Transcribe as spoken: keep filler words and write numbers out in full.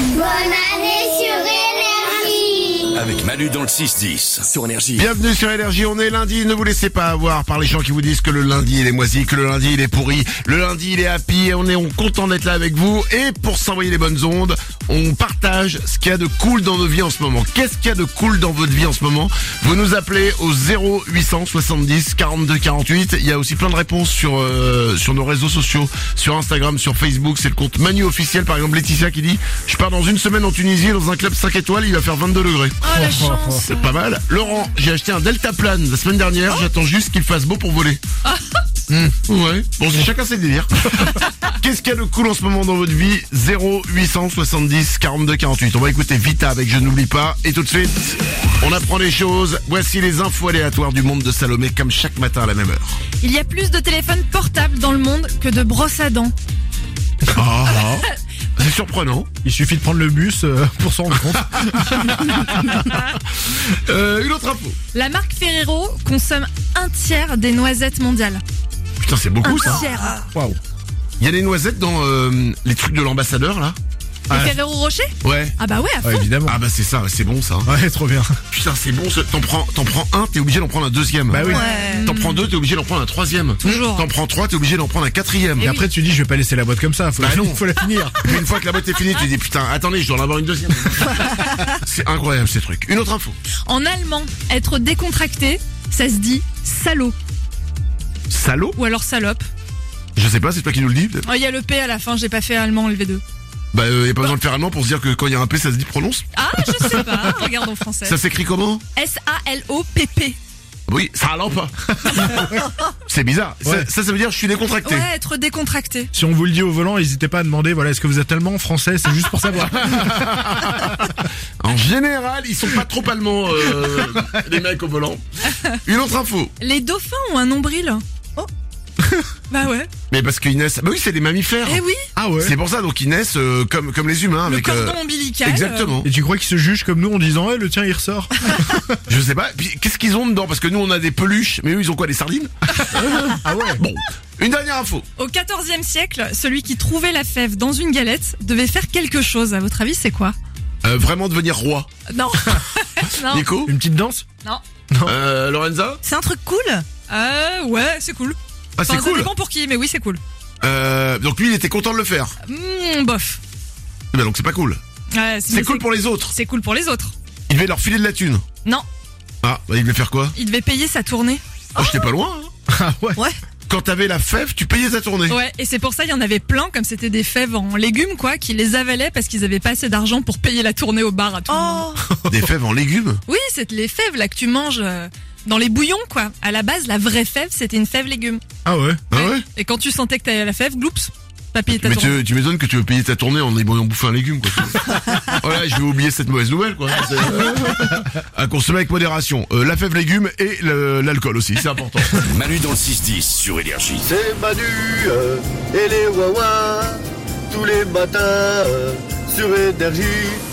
Bonne année sur Énergie. Avec Manu dans le six dix sur Énergie. Bienvenue sur Énergie, on est lundi, ne vous laissez pas avoir par les gens qui vous disent que le lundi il est moisi, que le lundi il est pourri, le lundi il est happy, et on est on content d'être là avec vous, et pour s'envoyer les bonnes ondes, on partage ce qu'il y a de cool dans nos vies en ce moment. Qu'est-ce qu'il y a de cool dans votre vie en ce moment? Vous nous appelez au zéro huit cent soixante-dix quarante-deux quarante-huit, il y a aussi plein de réponses sur euh, sur nos réseaux sociaux, sur Instagram, sur Facebook, c'est le compte Manu officiel, par exemple Laetitia qui dit « Je pars dans une semaine en Tunisie dans un club cinq étoiles, il va faire vingt-deux degrés. » Oh la chance. C'est pas mal. Laurent, j'ai acheté un deltaplane la semaine dernière, j'attends juste qu'il fasse beau pour voler. Mmh, ouais. Bon, c'est chacun ses délires. Qu'est-ce qu'il y a de cool en ce moment dans votre vie? Zéro huit cent soixante-dix quarante-deux quarante-huit. On va écouter Vita avec Je n'oublie pas. Et tout de suite, on apprend les choses. Voici les infos aléatoires du monde de Salomé, comme chaque matin à la même heure. Il y a plus de téléphones portables dans le monde que de brosses à dents. Ah, c'est surprenant. Il suffit de prendre le bus euh, pour s'en rendre compte. euh, une autre info. La marque Ferrero consomme un tiers des noisettes mondiales. Putain, c'est beaucoup Un ça. tiers. Waouh. Il y a des noisettes dans euh, les trucs de l'ambassadeur là. Les Ouais. Ferrero Rocher? Ouais. Ah bah ouais, à Ouais, fond. évidemment. Ah bah c'est ça, c'est bon ça. Ouais, trop bien. Putain, c'est bon. ce- T'en prends, t'en prends un, t'es obligé d'en prendre un deuxième. Bah oui. Ouais. T'en prends deux, t'es obligé d'en prendre un troisième. Toujours. T'en prends trois, t'es obligé d'en prendre un quatrième. Et oui. après, tu dis, je vais pas laisser la boîte comme ça. Faut, Bah non. faut la finir. Et puis une fois que la boîte est finie, tu dis putain, attendez, je dois en avoir une deuxième. C'est incroyable ces trucs. Une autre info. En allemand, être décontracté, ça se dit salaud. Salaud? Ou alors salope. Je sais pas, c'est toi qui nous le dis peut-être. Oh, il y a le P à la fin, j'ai pas fait allemand le V deux. Bah euh, y a pas besoin de faire allemand pour se dire que quand il y a un P, ça se dit prononce. Ah, je sais pas, regarde en français. Ça s'écrit comment? S A L O P P. Oui, ça allant pas. C'est bizarre. Ça, Ouais. ça, ça veut dire je suis décontracté. Ouais, être décontracté. Si on vous le dit au volant, n'hésitez pas à demander, voilà, est-ce que vous êtes allemand, français, c'est juste pour savoir. En général, ils sont pas trop allemands, euh, les mecs au volant. Une autre info. Les dauphins ont un nombril. Oh. Bah ouais. Mais parce qu'ils naissent. Bah oui, c'est des mammifères. Eh oui, Ah ouais. C'est pour ça, donc ils naissent euh, comme comme les humains le avec. cordon euh, ombilical. Exactement. Et tu crois qu'ils se jugent comme nous en disant, ouais, le tien il ressort. Je sais pas. Puis qu'est-ce qu'ils ont dedans? Parce que nous on a des peluches, mais eux ils ont quoi, des sardines? Ah ouais. Bon. Une dernière info. Au quatorzième siècle, celui qui trouvait la fève dans une galette devait faire quelque chose. À votre avis, c'est quoi? Euh, vraiment devenir roi. Non. non. Nico? Une petite danse. Non. Euh, Lorenza? C'est un truc cool. Euh, ouais, c'est cool. Ah, c'est Enfin, ça cool. dépend pour qui, mais oui, c'est cool. Euh, donc lui il était content de le faire. Hmm, bof. Bah donc c'est pas cool. Ouais, C'est cool pour les autres. C'est cool pour les autres. Il devait leur filer de la thune. Non, Ah, bah il devait faire quoi? il devait payer sa tournée. Oh, j'étais pas loin. Hein. Ah ouais. Ouais. Quand t'avais la fève, tu payais ta tournée. Ouais, et c'est pour ça il y en avait plein, comme c'était des fèves en légumes, quoi, qui les avalaient parce qu'ils avaient pas assez d'argent pour payer la tournée au bar à tout le monde. Oh. Des fèves en légumes. Oui, c'est les fèves là que tu manges euh, dans les bouillons, quoi. À la base, la vraie fève, c'était une fève légume. Ah ouais. Ah ouais? Et quand tu sentais que t'avais la fève, gloups, t'as payé ta Mais tournée. tu, tu m'étonnes que tu veux payer ta tournée en ayant bouffé un légume, quoi. Voilà, je vais oublier cette mauvaise nouvelle, quoi. C'est, euh, à consommer avec modération. Euh, la fève légumes et le- l'alcool aussi, c'est important. Manu dans le six dix sur Énergie. C'est Manu euh, et les Wawa tous les matins euh, sur Énergie.